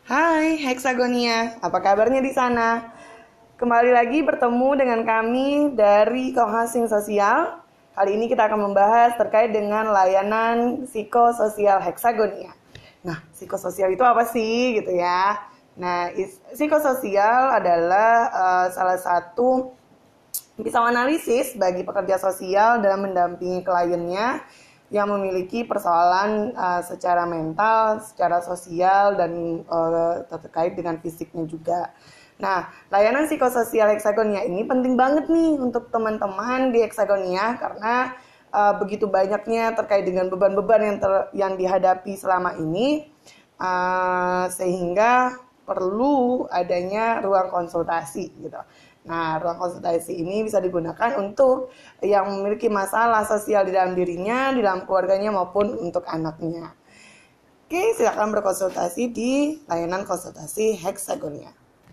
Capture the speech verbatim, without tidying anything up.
Hai Hexagonia, apa kabarnya di sana? Kembali lagi bertemu dengan kami dari Kohasing Sosial. Kali ini kita akan membahas terkait dengan layanan psikososial Hexagonia. Nah, psikososial itu apa sih gitu ya? Nah, is- psikososial adalah uh, salah satu pisau analisis bagi pekerja sosial dalam mendampingi kliennya yang memiliki persoalan uh, secara mental, secara sosial, dan uh, terkait dengan fisiknya juga. Nah, layanan psikososial Hexagonia ini penting banget nih untuk teman-teman di Hexagonia karena uh, begitu banyaknya terkait dengan beban-beban yang ter- yang dihadapi selama ini, uh, sehingga perlu adanya ruang konsultasi gitu. Nah, ruang konsultasi ini bisa digunakan untuk yang memiliki masalah sosial di dalam dirinya, di dalam keluarganya, maupun untuk anaknya. Oke, silakan berkonsultasi di layanan konsultasi Hexagonia.